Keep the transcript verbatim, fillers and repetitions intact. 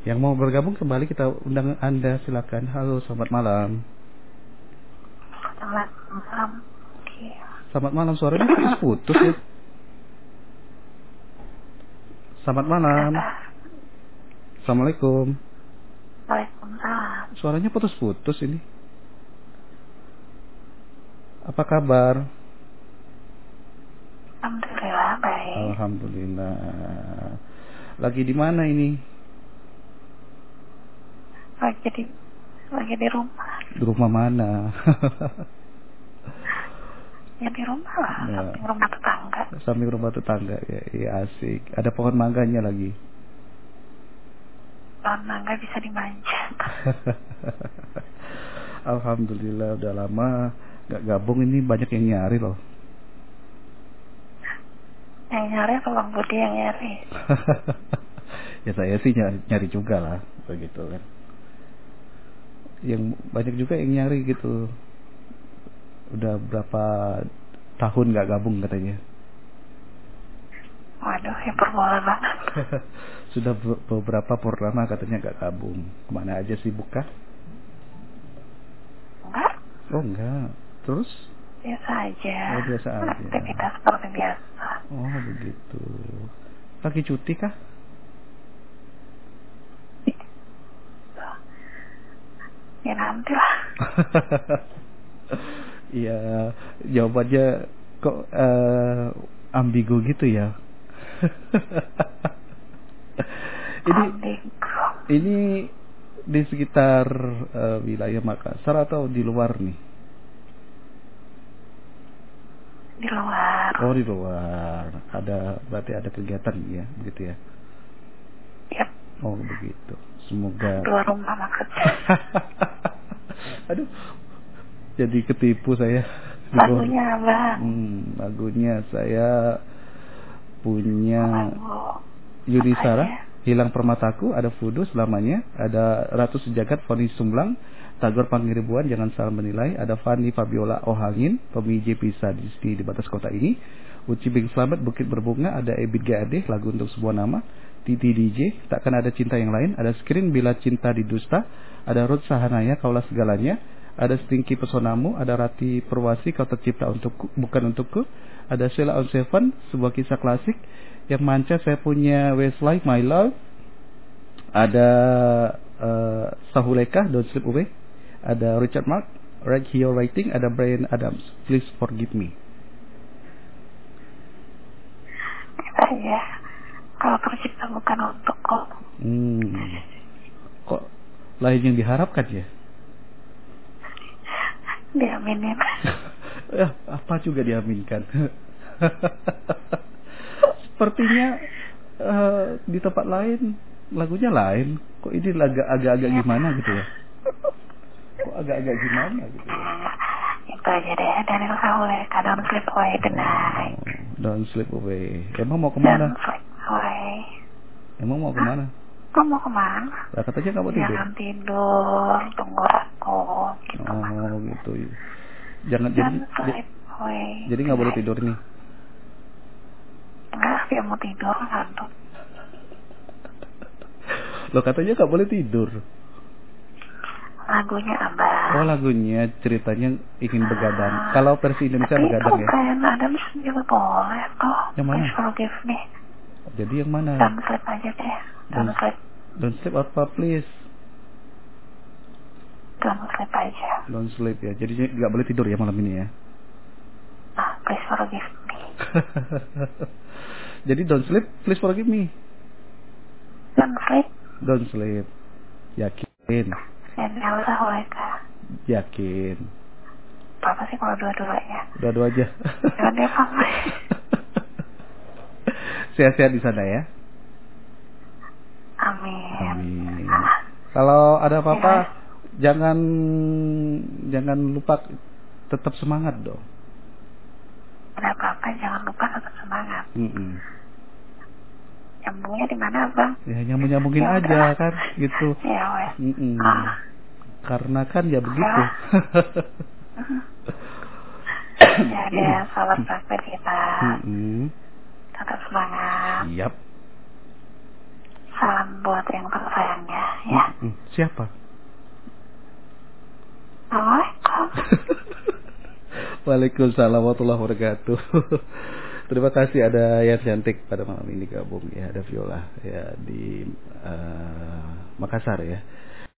Yang mau bergabung kembali kita undang Anda, silakan. Halo, selamat malam. Selamat malam. Selamat malam, suaranya putus-putus ya. Selamat malam. Assalamualaikum. Waalaikumsalam. Suaranya putus-putus ini. Apa kabar? Alhamdulillah baik. Alhamdulillah. Lagi di mana ini? Lagi di lagi di rumah. Di rumah mana? Ya di rumah lah, Ya. samping rumah tetangga. Samping rumah tetangga ya, ya asik. Ada pohon mangganya lagi. Pohon mangga bisa dimanjat. Alhamdulillah, udah lama gak gabung, ini banyak yang nyari loh. Yang nyari apa Bang Budi yang nyari? Ya saya sih nyari, nyari juga lah, begitu kan. Yang banyak juga yang nyari gitu. Udah berapa tahun gak gabung katanya. Waduh, hiperbola banget. Sudah beberapa purnama katanya gak gabung. Kemana aja sih buka? Enggak? Oh enggak. Terus? Biasa aja. Oh biasa aja. Aktivitas seperti biasa. Oh begitu. Lagi cuti kah? Ya nanti lah. Iya, jawabannya kok uh, ambigu gitu ya. ini ambigu. Ini di sekitar uh, wilayah Makassar atau di luar nih? Di luar. Oh di luar. Ada, berarti ada kegiatan ya, begitu ya? Yep. Oh begitu. Semoga. Luar rumah maksudnya. Aduh. Jadi ketipu saya. Lagunya Abang. Hmm, lagunya saya punya Lagu Yuni apa Sarah, ya? Hilang Permataku, ada Fudu selamanya, ada Ratu Sejagat, Foni Sumblang, Tagor Pangiribuan, Jangan Salah Menilai, ada Fanny Fabiola Ohangin, Pemiji Pisah di, di batas kota ini, Uci Bing Selamat, Bukit Berbunga, ada Ebit G A D, lagu untuk sebuah nama, Titi D J, Takkan Ada Cinta Yang Lain, ada Screen Bila Cinta Didusta, ada Ruth Sahanaya, Kaulah Segalanya, ada Stinky Pesonamu, ada Rati Perwasi, Kau Tercipta Untukku, Bukan Untukku, ada Sheila on Seven, sebuah kisah klasik. Yang manca saya punya Westlife, My Love, ada uh, Sahuleka, Don't Slip Away, ada Richard Mark, Right Here Writing, ada Brian Adams, Please Forgive Me. Kita ya, kalau tercipta bukan untukku. Hmm. Kok lain yang diharapkan ya? Diaminin. Ya, apa juga diaminkan. Sepertinya uh, di tempat lain lagunya lain. Kok ini agak-agak gimana gitu ya? Kok agak-agak gimana gitu ya? Itu aja deh, Daniel Sahuleka, Don't Slip Away Tonight. Oh, Don't Slip Away. Emang mau kemana? Don't Slip Away. Emang mau kemana? Kamu mau kemana? Lah katanya kamu tidur. Jangan tidur, tunggu aku. Gitu oh maksudnya. gitu. Jangan Don't jadi. Slip Away. Jadi nggak boleh tidur nih. Enggak, dia mau tidur ngantuk. Lo katanya nggak boleh tidur. Lagunya Abang. Oh lagunya, ceritanya ingin begadang. Ah, kalau versi Indonesia tapi begadang ya. ya. Brian Adams juga boleh toh. Yang mana? Please Forgive Me. Jadi yang mana? Don't Slip aja deh. Don't, don't Slip. Don't Sleep apa please? Don't Slip aja. Don't Sleep ya. Jadi nggak boleh tidur ya malam ini ya. Ah, Please Forgive Me. Jadi Don't Sleep, Please Forgive Me. Don't Sleep. Don't Sleep. Yakin? Dan Elsa Huleka. Yakin. Apa sih kalau dua-duanya? Dua-dua aja. Jangan deh Pak. Sehat-sehat di sana ya. Amin. Amin. Ah. Kalau ada apa-apa Ya. jangan jangan lupa tetap semangat dong. Ada apa-apa jangan lupa tetap semangat. Mm-mm. Nyambungnya di mana Bang? Ya nyambung-nyambungin ya, aja udah. kan gitu. Ya wes. Mm-mm. Ah. Karena kan ya begitu. Jadi ya, salam sampai kita. Mm-mm. Tetap semangat. Siap. Salam buat yang tersayangnya. Mm-mm. Siapa? Assalamualaikum. Waalaikumsalam warahmatullahi wabarakatuh. Terima kasih ada yang cantik pada malam ini gabung ya, ada Viola ya di uh, Makassar ya.